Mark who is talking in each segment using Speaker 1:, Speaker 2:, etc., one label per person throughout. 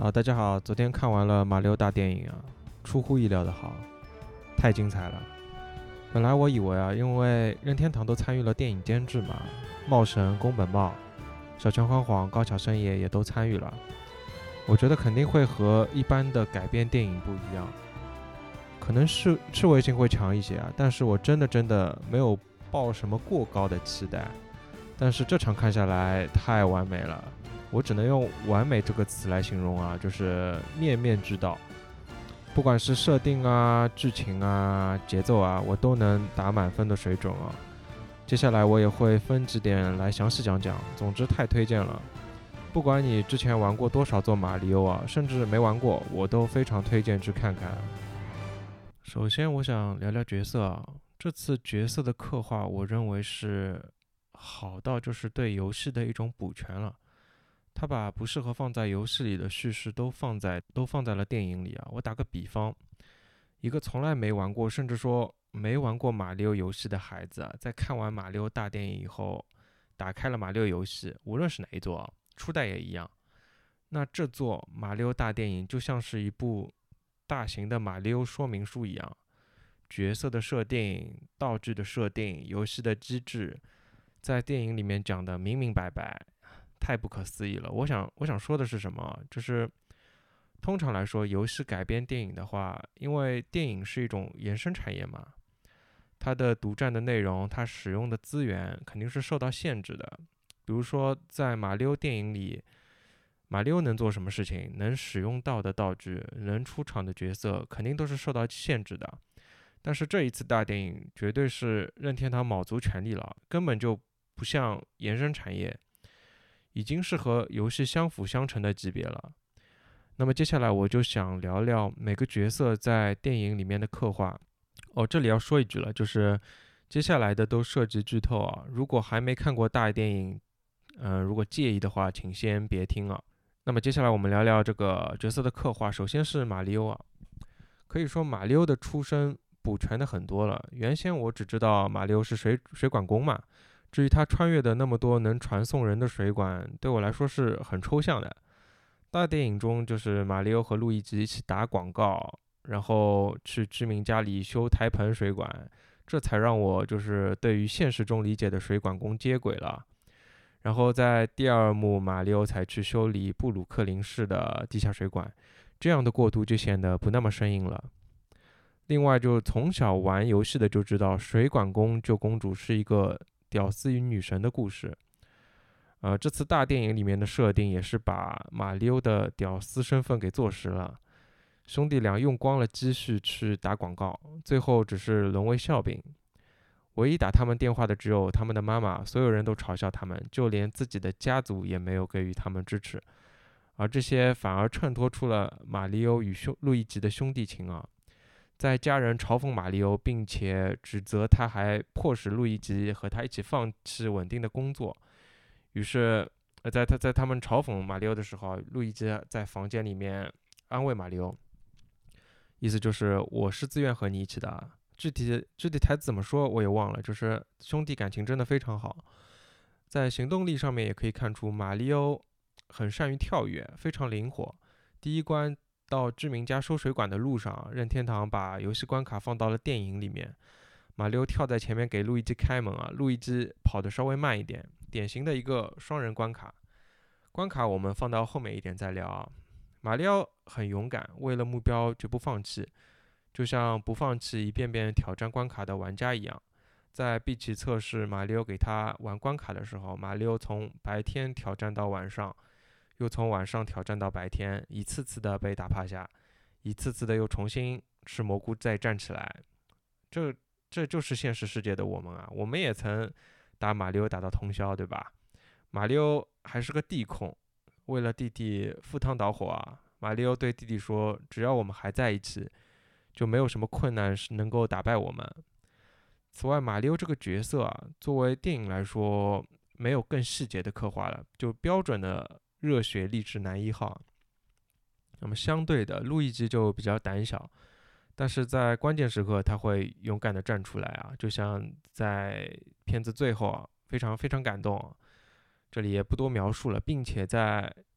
Speaker 1: 大家好，昨天看完了马里奥大电影啊，出乎意料的好，太精彩了。本来我以为啊，因为任天堂都参与了电影监制嘛，茂神、宫本茂、小泉晃晃、高桥生也都参与了，我觉得肯定会和一般的改编电影不一样，可能是趣味性会强一些啊，但是我真的没有抱什么过高的期待，但是这场看下来太完美了。我只能用完美这个词来形容啊，就是面面俱到，不管是设定啊、剧情啊、节奏啊，我都能打满分的水准啊。接下来我也会分几点来详细讲讲，总之太推荐了。不管你之前玩过多少座马里奥啊，甚至没玩过，我都非常推荐去看看。首先，我想聊聊角色啊，这次角色的刻画，我认为是好到就是对游戏的一种补全了。他把不适合放在游戏里的叙事都放在了电影里啊。我打个比方，一个从来没玩过，甚至说没玩过马里奥游戏的孩子啊，在看完马里奥大电影以后，打开了马里奥游戏，无论是哪一座啊，初代也一样。那这座马里奥大电影就像是一部大型的马里奥说明书一样，角色的设定、道具的设定、游戏的机制，在电影里面讲的明明白白，太不可思议了。我想说的是什么？就是通常来说，游戏改编电影的话，因为电影是一种衍生产业嘛，它的独占的内容，它使用的资源肯定是受到限制的。比如说，在马里奥电影里，马里奥能做什么事情，能使用到的道具，能出场的角色，肯定都是受到限制的。但是这一次大电影绝对是任天堂卯足全力了，根本就不像衍生产业，已经是和游戏相辅相成的级别了。那么接下来我就想聊聊每个角色在电影里面的刻画。这里要说一句了，就是接下来的都涉及剧透啊。如果还没看过大电影，如果介意的话，请先别听啊。那么接下来我们聊聊这个角色的刻画。首先是马里奥啊，可以说马里奥的出身补全的很多了。原先我只知道马里奥是水管工嘛，至于他穿越的那么多能传送人的水管，对我来说是很抽象的。大电影中就是马里奥和路易吉一起打广告，然后去居民家里修台盆水管，这才让我就是对于现实中理解的水管工接轨了。然后在第二幕，马里奥才去修理布鲁克林市的地下水管，这样的过渡就显得不那么生硬了。另外，就从小玩游戏的就知道，水管工救公主是一个屌丝与女神的故事。这次大电影里面的设定也是把马里奥的屌丝身份给坐实了。兄弟俩用光了积蓄去打广告，最后只是沦为笑柄。唯一打他们电话的只有他们的妈妈，所有人都嘲笑他们，就连自己的家族也没有给予他们支持。而这些反而衬托出了马里奥与路易吉的兄弟情啊。在家人嘲讽马里奥，并且指责他，还迫使路易吉和他一起放弃稳定的工作。于是，在他们嘲讽马里奥的时候，路易吉在房间里面安慰马里奥，意思就是我是自愿和你一起的啊。具体台词怎么说我也忘了，就是兄弟感情真的非常好。在行动力上面也可以看出，马里奥很善于跳跃，非常灵活。第一关到居民家修水管的路上，任天堂把游戏关卡放到了电影里面，马里奥跳在前面给路易吉开门啊，路易吉跑得稍微慢一点，典型的一个双人关卡。关卡我们放到后面一点再聊啊。马里奥很勇敢，为了目标绝不放弃，就像不放弃一遍遍挑战关卡的玩家一样。在碧奇测试马里奥给他玩关卡的时候，马里奥从白天挑战到晚上，又从晚上挑战到白天，一次次的被打趴下，一次次的又重新吃蘑菇再站起来。这这就是现实世界的我们啊，我们也曾打马里奥打到通宵，对吧？马里奥还是个地控，为了弟弟赴汤蹈火啊。马里奥对弟弟说：“只要我们还在一起，就没有什么困难是能够打败我们。”此外，马里奥这个角色啊，作为电影来说，没有更细节的刻画了，就标准的热血励志男一号。那么相对的，路易吉就比较胆小，但是在关键时刻他会勇敢的站出来啊，就像在片子最后啊，非常非常感动啊，这里也不多描述了，并且在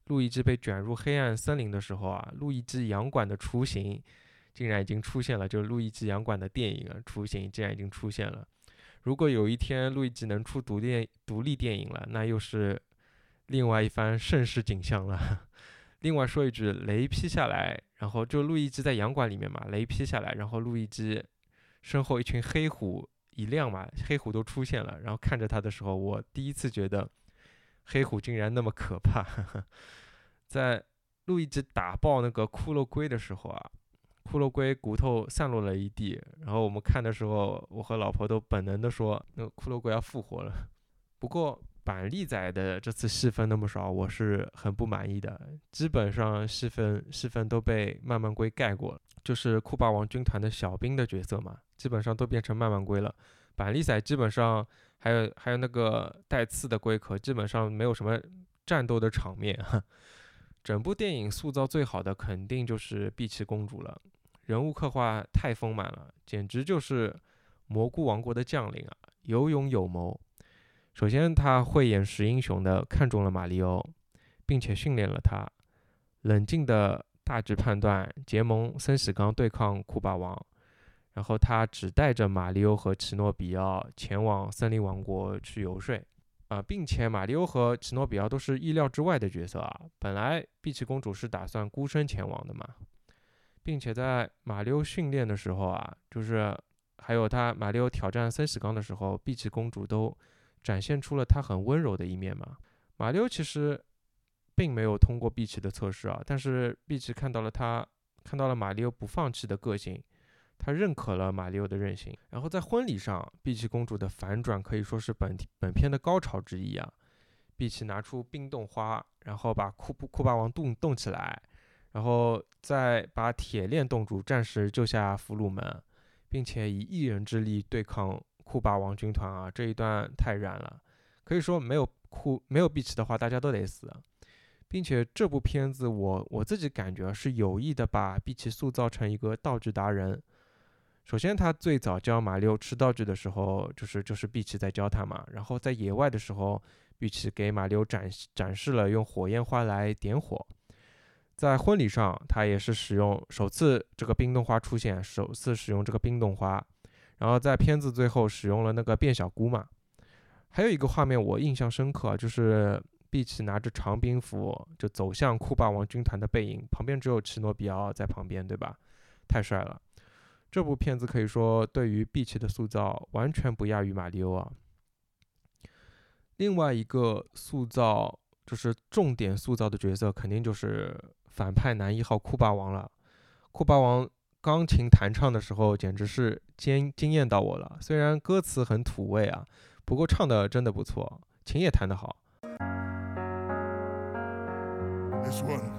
Speaker 1: 路易之被卷入黑暗森林的时候啊，路易之洋馆的雏形竟然已经出现了，就是路易之洋馆的电影啊，雏形竟然已经出现了。如果有一天路易吉能出独立电影了，那又是另外一番盛世景象了。另外说一句，雷劈下来，然后就路易吉在洋馆里面嘛，雷劈下来，然后路易吉身后一群黑虎一亮嘛，黑虎都出现了，然后看着他的时候，我第一次觉得黑虎竟然那么可怕。在路易吉打爆那个骷髅龟的时候啊，骷髅龟骨头散落了一地，然后我们看的时候，我和老婆都本能的说，那个骷髅龟要复活了。不过板栗仔的这次戏份那么少，我是很不满意的，基本上戏份都被慢慢龟盖过了，就是库巴王军团的小兵的角色嘛，基本上都变成慢慢龟了。板栗仔基本上还有那个带刺的龟壳，基本上没有什么战斗的场面。整部电影塑造最好的肯定就是碧琪公主了，人物刻画太丰满了，简直就是蘑菇王国的将领啊，有勇有谋。首先，他慧眼识英雄的看中了马里欧，并且训练了他，冷静的大致判断结盟森喜刚对抗库巴王。然后他只带着马里欧和奇诺比奥前往森林王国去游说。并且马里欧和奇诺比奥都是意料之外的角色啊。本来碧琪公主是打算孤身前往的嘛，并且在马里欧训练的时候啊，就是还有马里欧挑战森喜刚的时候，碧琪公主都展现出了她很温柔的一面嘛。马里欧其实并没有通过碧琪的测试啊，但是碧琪看到了马里欧不放弃的个性。他认可了马里欧的韧性，然后在婚礼上，碧琪公主的反转可以说是本片的高潮之一啊！碧琪拿出冰冻花，然后把库巴王冻起来，然后再把铁链冻住，暂时救下俘虏们，并且以一人之力对抗库巴王军团啊！这一段太燃了，可以说没有碧琪的话，大家都得死。并且这部片子我自己感觉是有意的把碧琪塑造成一个道具达人。首先，他最早教马里奥吃道具的时候，就是碧琪在教他嘛。然后在野外的时候，碧琪给马里奥展示了用火焰花来点火。在婚礼上，他也是首次这个冰冻花出现，首次使用这个冰冻花。然后在片子最后使用了那个变小菇嘛。还有一个画面我印象深刻，就是碧琪拿着长兵符就走向库巴王军团的背影，旁边只有奇诺比奥在旁边，对吧？太帅了。这部片子可以说对于碧琪的塑造完全不亚于马里欧啊。另外一个就是重点塑造的角色，肯定就是反派男一号库巴王了。库巴王钢琴弹唱的时候，简直是惊艳到我了。虽然歌词很土味啊，不过唱的真的不错，琴也弹得好。This one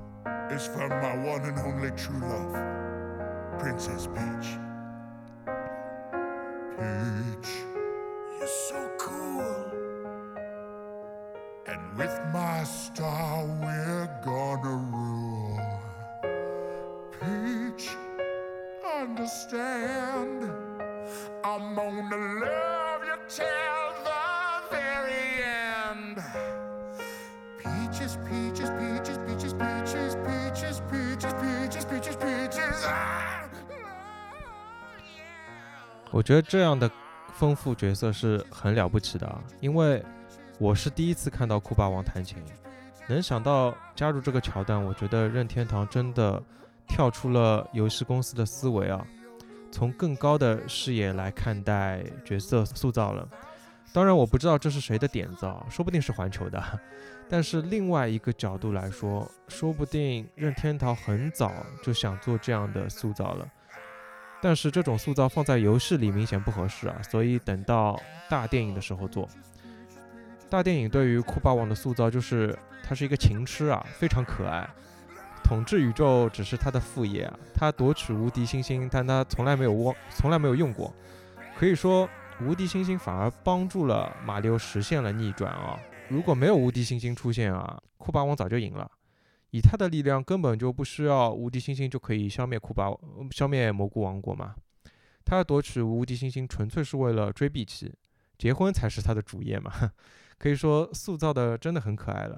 Speaker 1: is from my one and only true love.Princess Peach. Peach, you're so cool. And with my star, we're gonna rule. Peach, understand. I'm gonna love you till the very end. Peaches, peaches, peaches, peaches, peaches, peaches, peaches, peaches, peaches, peaches. 我觉得这样的丰富角色是很了不起的啊，因为我是第一次看到库巴王弹琴，能想到加入这个桥段，我觉得任天堂真的跳出了游戏公司的思维啊，从更高的视野来看待角色塑造了。当然我不知道这是谁的点子啊，说不定是环球的，但是另外一个角度来说，说不定任天堂很早就想做这样的塑造了。但是这种塑造放在游戏里明显不合适啊，所以等到大电影的时候做。大电影对于库巴王的塑造就是他是一个情痴啊，非常可爱。统治宇宙只是他的副业啊，他夺取无敌星星，但他从来没有用过。可以说无敌星星反而帮助了马里奥实现了逆转啊！如果没有无敌星星出现啊，库巴王早就赢了。以他的力量根本就不需要无敌星星就可以消灭蘑菇王国嘛。他夺取无敌星星纯粹是为了追碧琪，结婚才是他的主业嘛。可以说塑造的真的很可爱了。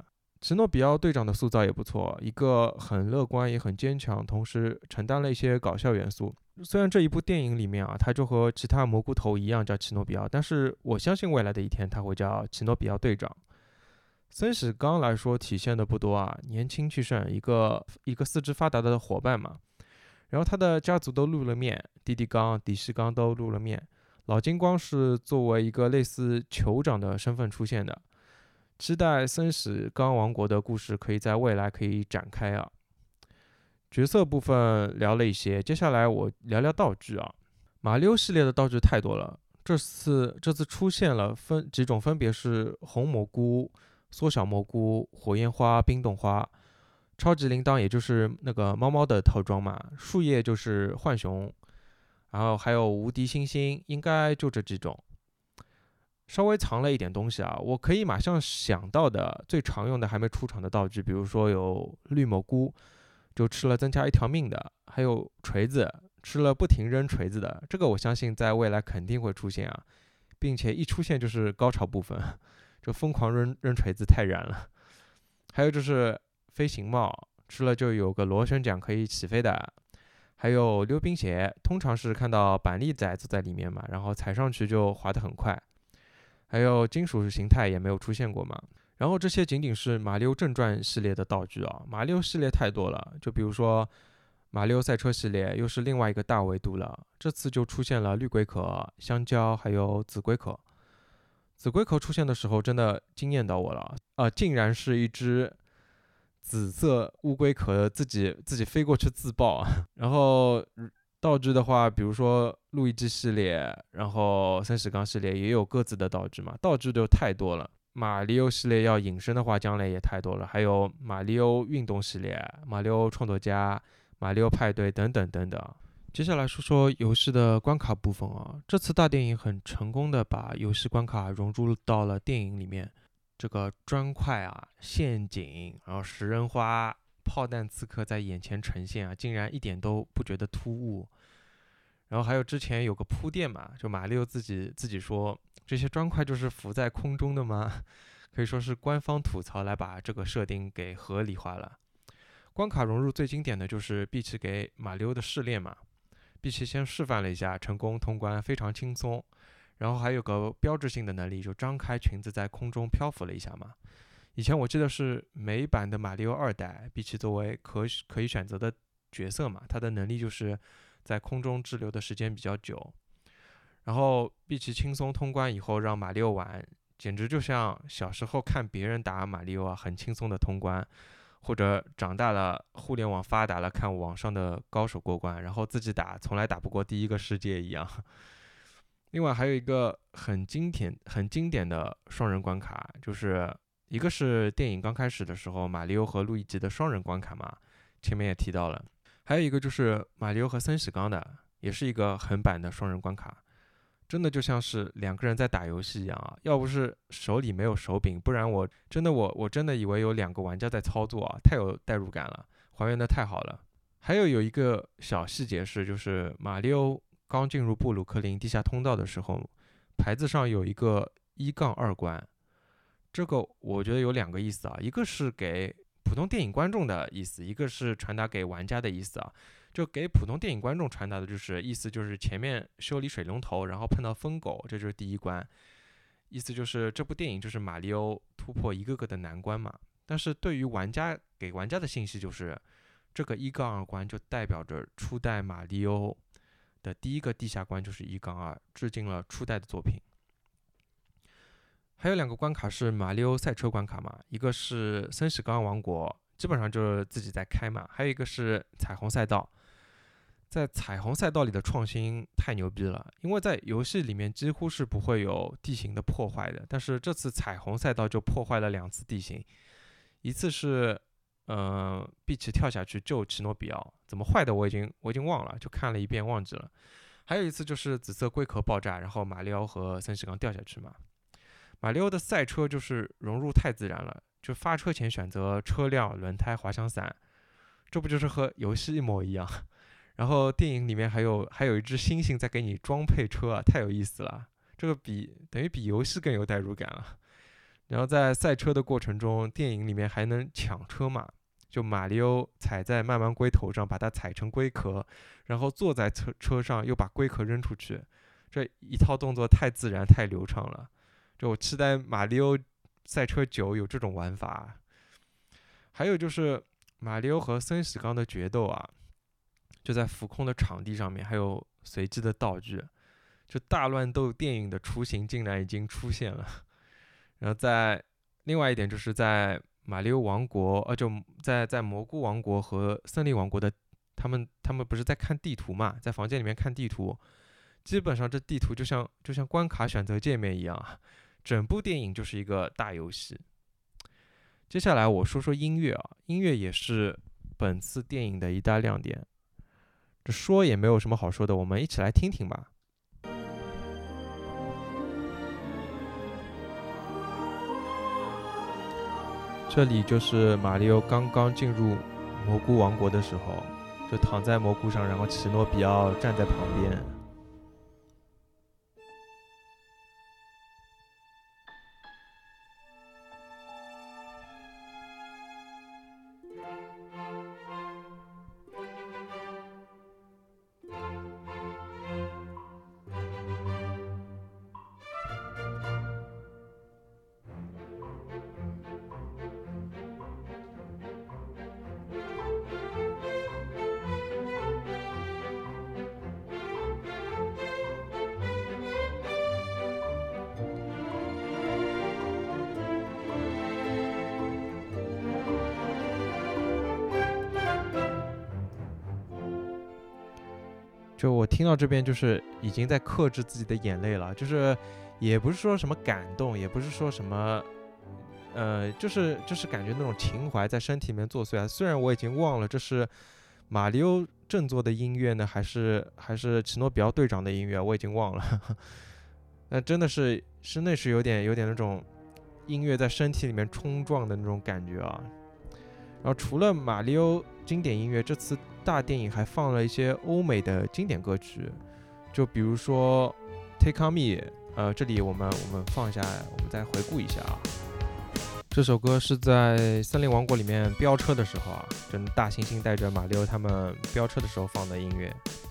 Speaker 1: 奇诺比奥队长的塑造也不错，一个很乐观也很坚强，同时承担了一些搞笑元素。虽然这一部电影里面啊，他就和其他蘑菇头一样叫奇诺比奥，但是我相信未来的一天他会叫奇诺比奥队长。森史刚来说体现的不多啊，年轻气盛，一个四肢发达的伙伴嘛。然后他的家族都露了面，弟弟刚、弟媳刚都露了面。老金光是作为一个类似酋长的身份出现的。期待森史刚王国的故事可以在未来可以展开啊。角色部分聊了一些，接下来我聊聊道具啊。马里奥系列的道具太多了，这次出现了几种，分别是红蘑菇、缩小蘑菇、火焰花、冰冻花。超级铃铛也就是那个猫猫的套装嘛，树叶就是浣熊，然后还有无敌星星，应该就这几种。稍微藏了一点东西啊，我可以马上想到的最常用的还没出场的道具，比如说有绿蘑菇，就吃了增加一条命的，还有锤子，吃了不停扔锤子的，这个我相信在未来肯定会出现啊，并且一出现就是高潮部分，就疯狂扔锤子太燃了。还有就是飞行帽，吃了就有个螺旋桨可以起飞的。还有溜冰鞋，通常是看到板栗仔坐在里面嘛，然后踩上去就滑得很快。还有金属形态也没有出现过嘛。然后这些仅仅是马里奥正传系列的道具啊，马里奥系列太多了，就比如说马里奥赛车系列又是另外一个大维度了，这次就出现了绿龟壳、香蕉还有紫龟壳。紫龟壳出现的时候真的惊艳到我了竟然是一只紫色乌龟壳自己飞过去自爆啊。然后道具的话，比如说路易基系列，然后森史刚系列也有各自的道具嘛，道具就太多了。马里奥系列要引申的话，将来也太多了，还有马里奥运动系列、马里奥创作家、马里奥派对等等等等。接下来说说游戏的关卡部分啊，这次大电影很成功的把游戏关卡融入到了电影里面，这个砖块啊、陷阱，然后食人花、炮弹刺客在眼前呈现啊，竟然一点都不觉得突兀。然后还有之前有个铺垫嘛，就马里奥自己说这些砖块就是浮在空中的吗？可以说是官方吐槽来把这个设定给合理化了。关卡融入最经典的就是碧奇给马里奥的试炼嘛，碧奇先示范了一下，成功通关，非常轻松。然后还有个标志性的能力，就张开裙子在空中漂浮了一下嘛。以前我记得是美版的马里奥2代，碧奇作为可以选择的角色嘛，他的能力就是在空中滞留的时间比较久。然后碧奇轻松通关以后让马里奥玩，简直就像小时候看别人打马里奥啊，很轻松的通关，或者长大了互联网发达了看网上的高手过关，然后自己打从来打不过第一个世界一样。另外还有一个很经典的双人关卡，就是一个是电影刚开始的时候马里奥和路易吉的双人关卡嘛，前面也提到了。还有一个就是马里奥和森史刚的，也是一个横版的双人关卡，真的就像是两个人在打游戏一样啊！要不是手里没有手柄，不然我真的以为有两个玩家在操作啊，太有代入感了，还原的太好了。还有一个小细节是，就是马里奥刚进入布鲁克林地下通道的时候，牌子上有一个1-2关，这个我觉得有两个意思啊，一个是给普通电影观众的意思，一个是传达给玩家的意思啊。就给普通电影观众传达的就是意思就是前面修理水龙头，然后碰到疯狗，这就是第一关，意思就是这部电影就是马里奥突破一个个的难关嘛。但是对于给玩家的信息就是这个1-2关就代表着初代马里奥的第一个地下关就是1-2，致敬了初代的作品。还有两个关卡是马里奥赛车关卡嘛，一个是森史刚王国，基本上就是自己在开嘛，还有一个是彩虹赛道。在彩虹赛道里的创新太牛逼了，因为在游戏里面几乎是不会有地形的破坏的，但是这次彩虹赛道就破坏了2次地形，一次是碧奇跳下去救奇诺比奥，怎么坏的我已经忘了，就看了一遍忘记了。还有一次就是紫色龟壳爆炸，然后马里奥和森史刚掉下去嘛。马里奥的赛车就是融入太自然了，就发车前选择车辆、轮胎、滑翔伞，这不就是和游戏一模一样？然后电影里面还有一只猩猩在给你装配车啊，太有意思了。这个等于比游戏更有代入感了。 然后在赛车的过程中，电影里面还能抢车嘛？就马里奥踩在慢慢龟头上，把它踩成龟壳，然后坐在车上又把龟壳扔出去，这一套动作太自然太流畅了。就我期待马里奥赛车9有这种玩法。还有就是马里奥和森喜刚的决斗啊，就在浮空的场地上面，还有随机的道具，就大乱斗电影的雏形竟然已经出现了。然后在另外一点就是在马里奥王国，就在蘑菇王国和森林王国的他们不是在看地图嘛，在房间里面看地图，基本上这地图就像关卡选择界面一样，整部电影就是一个大游戏。接下来我说说音乐啊，音乐也是本次电影的一大亮点。这说也没有什么好说的，我们一起来听听吧。这里就是马里奥刚刚进入蘑菇王国的时候，就躺在蘑菇上，然后奇诺比奥站在旁边。就我听到这边，就是已经在克制自己的眼泪了，就是也不是说什么感动，也不是说什么，就是感觉那种情怀在身体里面作祟啊。虽然我已经忘了这是马里奥振作的音乐呢，还是奇诺比奥队长的音乐，我已经忘了。那真的是那是有点那种音乐在身体里面冲撞的那种感觉啊。然后除了马里奥经典音乐，这次大电影还放了一些欧美的经典歌曲，就比如说《Take on Me》，这里我们放一下，我们再回顾一下啊。这首歌是在森林王国里面飙车的时候啊，真大猩猩带着马里奥他们飙车的时候放的音乐。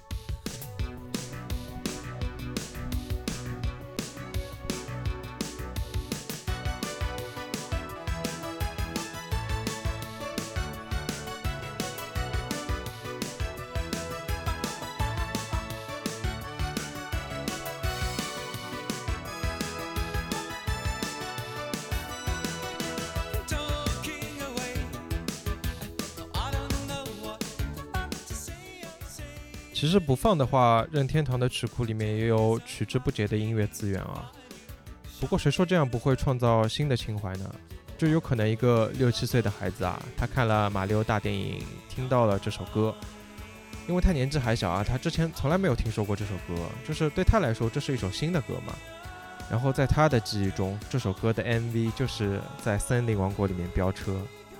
Speaker 1: 其实不放的话，任天堂的曲库里面也有取之不竭的音乐资源啊。不过谁说这样不会创造新的情怀呢？就有可能一个6、7岁的孩子啊，他看了马里奥大电影，听到了这首歌，因为他年纪还小啊，他之前从来没有听说过这首歌，就是对他来说这是一首新的歌嘛。然后在他的记忆中，这首歌的 MV 就是在森林王国里面飙车。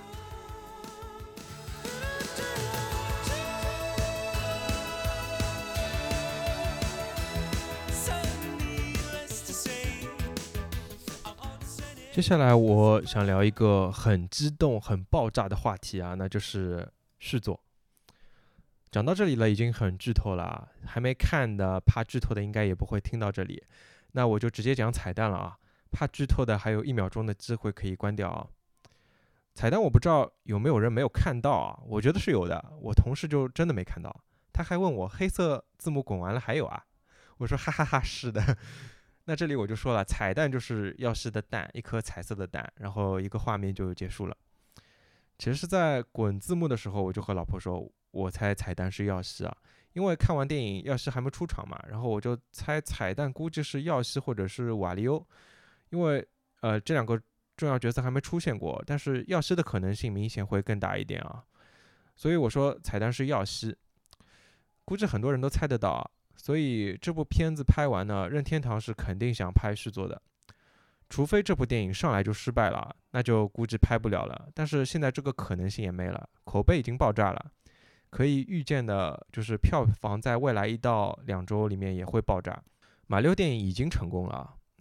Speaker 1: 接下来我想聊一个很激动、很爆炸的话题啊，那就是续作。讲到这里了，已经很剧透了啊，还没看的怕剧透的应该也不会听到这里，那我就直接讲彩蛋了啊，怕剧透的还有1秒钟的机会可以关掉啊。彩蛋我不知道有没有人没有看到啊，我觉得是有的，我同事就真的没看到，他还问我黑色字幕滚完了还有啊，我说哈哈哈，是的。那这里我就说了，彩蛋就是耀西的蛋，一颗彩色的蛋，然后一个画面就结束了。其实是在滚字幕的时候，我就和老婆说，我猜彩蛋是耀西啊，因为看完电影耀西还没出场嘛，然后我就猜彩蛋估计是耀西或者是瓦利欧，因为这两个重要角色还没出现过，但是耀西的可能性明显会更大一点啊，所以我说彩蛋是耀西，估计很多人都猜得到啊。所以这部片子拍完呢，任天堂是肯定想拍续作的，除非这部电影上来就失败了，那就估计拍不了了。但是现在这个可能性也没了，口碑已经爆炸了，可以预见的就是票房在未来1到2周里面也会爆炸。马六电影已经成功了，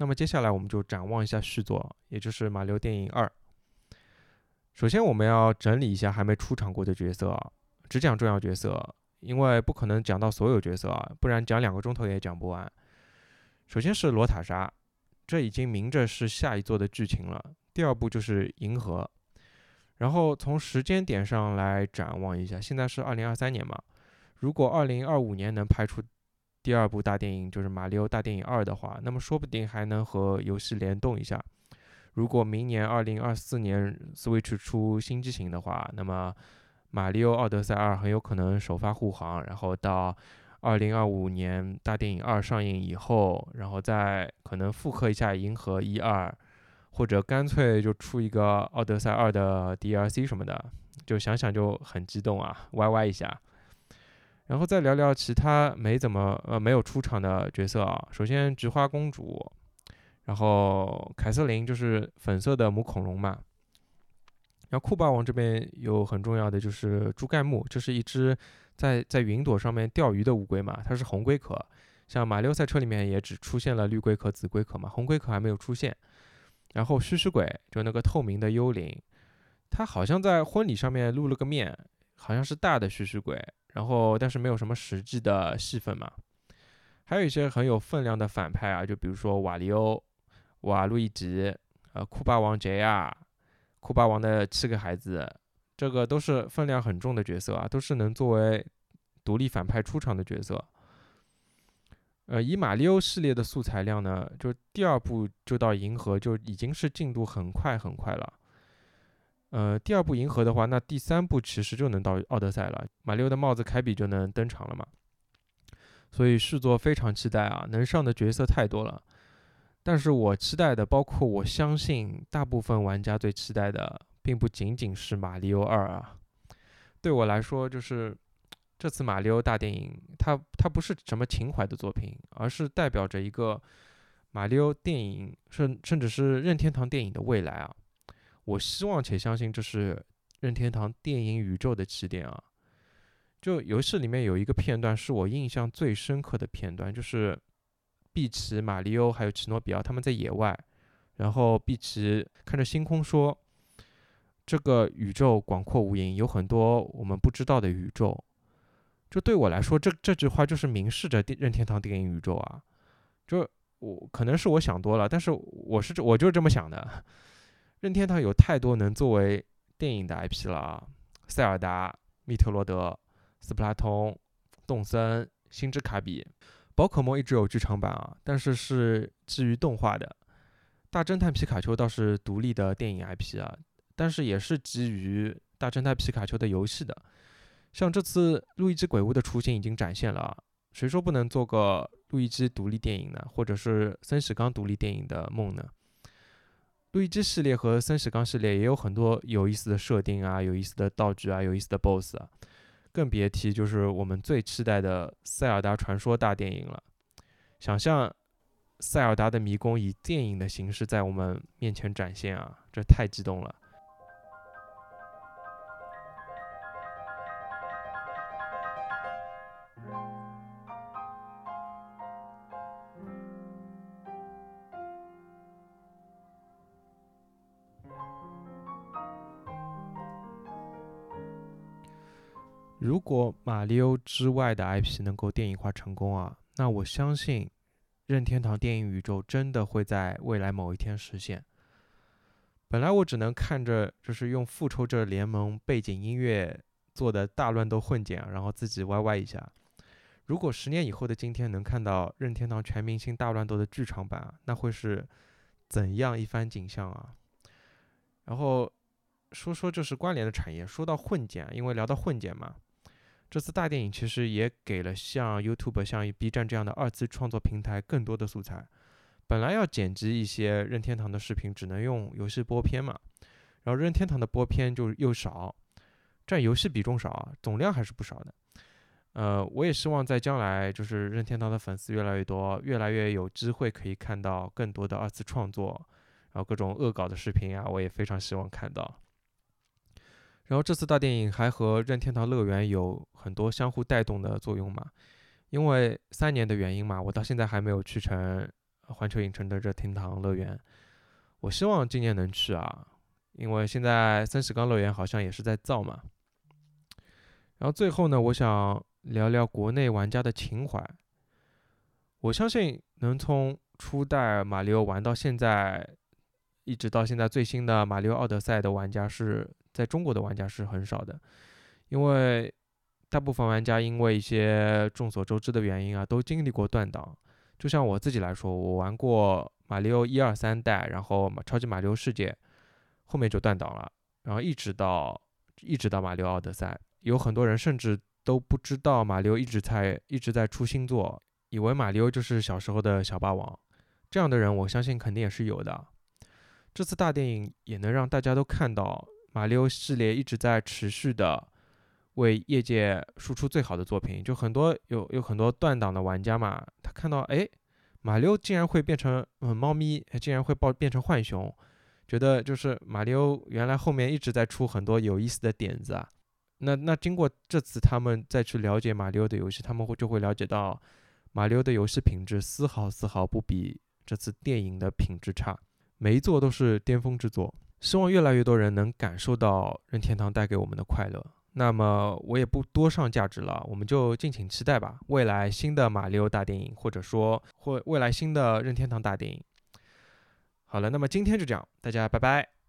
Speaker 1: 那么接下来我们就展望一下续作，也就是马里奥电影2。首先我们要整理一下还没出场过的角色啊，只讲重要角色，因为不可能讲到所有角色啊，不然讲2个钟头也讲不完。首先是罗塔莎，这已经明着是下一座的剧情了。第二部就是银河。然后从时间点上来展望一下，现在是2023年嘛，如果2025年能拍出第2部大电影，就是马里奥大电影2的话，那么说不定还能和游戏联动一下。如果明年2024年 Switch 出新机型的话，那么马里奥奥德赛2很有可能首发护航，然后到2025年大电影2上映以后，然后再可能复刻一下银河1、2，或者干脆就出一个奥德赛2的 DLC 什么的，就想想就很激动啊，歪歪一下。然后再聊聊其他没有出场的角色啊。首先菊花公主，然后凯瑟琳就是粉色的母恐龙嘛。然后酷霸王这边有很重要的就是朱盖木，这是一只在云朵上面钓鱼的乌龟嘛，它是红龟壳。像马里奥赛车里面也只出现了绿龟壳、紫龟壳嘛，红龟壳还没有出现。然后虚实鬼就那个透明的幽灵，他好像在婚礼上面露了个面，好像是大的虚实鬼，然后但是没有什么实际的戏份嘛。还有一些很有分量的反派啊，就比如说瓦利欧、瓦路易吉、酷霸王杰亚、酷霸王的7个孩子，这个都是分量很重的角色啊，都是能作为独立反派出场的角色。以马里奥系列的素材量呢，就第2部就到银河就已经是进度很快很快了。第2部银河的话，那第3部其实就能到奥德赛了，马里奥的帽子凯比就能登场了嘛。所以续作非常期待啊，能上的角色太多了。但是我期待的，包括我相信大部分玩家最期待的，并不仅仅是马里奥2啊。对我来说，就是这次马里奥大电影，它不是什么情怀的作品，而是代表着一个马里奥电影，甚至是任天堂电影的未来啊。我希望且相信这是任天堂电影宇宙的起点啊。就游戏里面有一个片段是我印象最深刻的片段，就是碧奇、马里奥还有奇诺比奥他们在野外，然后碧奇看着星空说：“这个宇宙广阔无垠，有很多我们不知道的宇宙。”就对我来说，这句话就是明示着任天堂电影宇宙啊。就可能是我想多了，但是我就是这么想的。任天堂有太多能作为电影的 IP 了啊，塞尔达、密特罗德、斯普拉通、动森、星之卡比。宝可梦一直有剧场版啊，但是是基于动画的。大侦探皮卡丘倒是独立的电影 IP 啊，但是也是基于大侦探皮卡丘的游戏的。像这次路易基鬼屋的雏形已经展现了啊，谁说不能做个路易基独立电影呢？或者是森喜刚独立电影的梦呢？路易基系列和森喜刚系列也有很多有意思的设定啊，有意思的道具啊，有意思的 BOSS 啊，更别提就是我们最期待的塞尔达传说大电影了。想象塞尔达的迷宫以电影的形式在我们面前展现啊，这太激动了。如果马里奥之外的 IP 能够电影化成功啊，那我相信任天堂电影宇宙真的会在未来某一天实现。本来我只能看着就是用复仇者联盟背景音乐做的大乱斗混剪，然后自己歪歪一下。如果10年以后的今天能看到任天堂全明星大乱斗的剧场版啊，那会是怎样一番景象啊。然后说这是关联的产业，说到混剪，因为聊到混剪嘛，这次大电影其实也给了像 YouTube、像 B 站这样的2次创作平台更多的素材。本来要剪辑一些任天堂的视频，只能用游戏播片嘛，然后任天堂的播片就又少，占游戏比重少，总量还是不少的。我也希望在将来，就是任天堂的粉丝越来越多，越来越有机会可以看到更多的2次创作，然后各种恶搞的视频啊，我也非常希望看到。然后这次大电影还和任天堂乐园有很多相互带动的作用嘛，因为3年的原因嘛，我到现在还没有去成环球影城的热天堂乐园，我希望今年能去啊，因为现在森石冈乐园好像也是在造嘛。然后最后呢，我想聊聊国内玩家的情怀。我相信能从初代马里奥玩到现在，一直到现在最新的马里奥奥德赛的玩家是在中国的玩家是很少的，因为大部分玩家因为一些众所周知的原因啊，都经历过断档。就像我自己来说，我玩过马里奥1、2、3代，然后超级马里奥世界，后面就断档了，然后一直到马里奥奥德赛，有很多人甚至都不知道马里奥一直在出新作，以为马里奥就是小时候的小霸王。这样的人，我相信肯定也是有的。这次大电影也能让大家都看到，马里奥系列一直在持续的为业界输出最好的作品。就有很多断档的玩家嘛，他看到马里奥竟然会变成猫咪，竟然会变成浣熊，觉得就是马里奥原来后面一直在出很多有意思的点子啊。那经过这次他们再去了解马里奥的游戏，他们就会了解到马里奥的游戏品质丝毫不比这次电影的品质差，每一座都是巅峰之作。希望越来越多人能感受到任天堂带给我们的快乐。那么我也不多上价值了，我们就敬请期待吧。未来新的马里奥大电影，或者说未来新的任天堂大电影。好了，那么今天就这样，大家拜拜。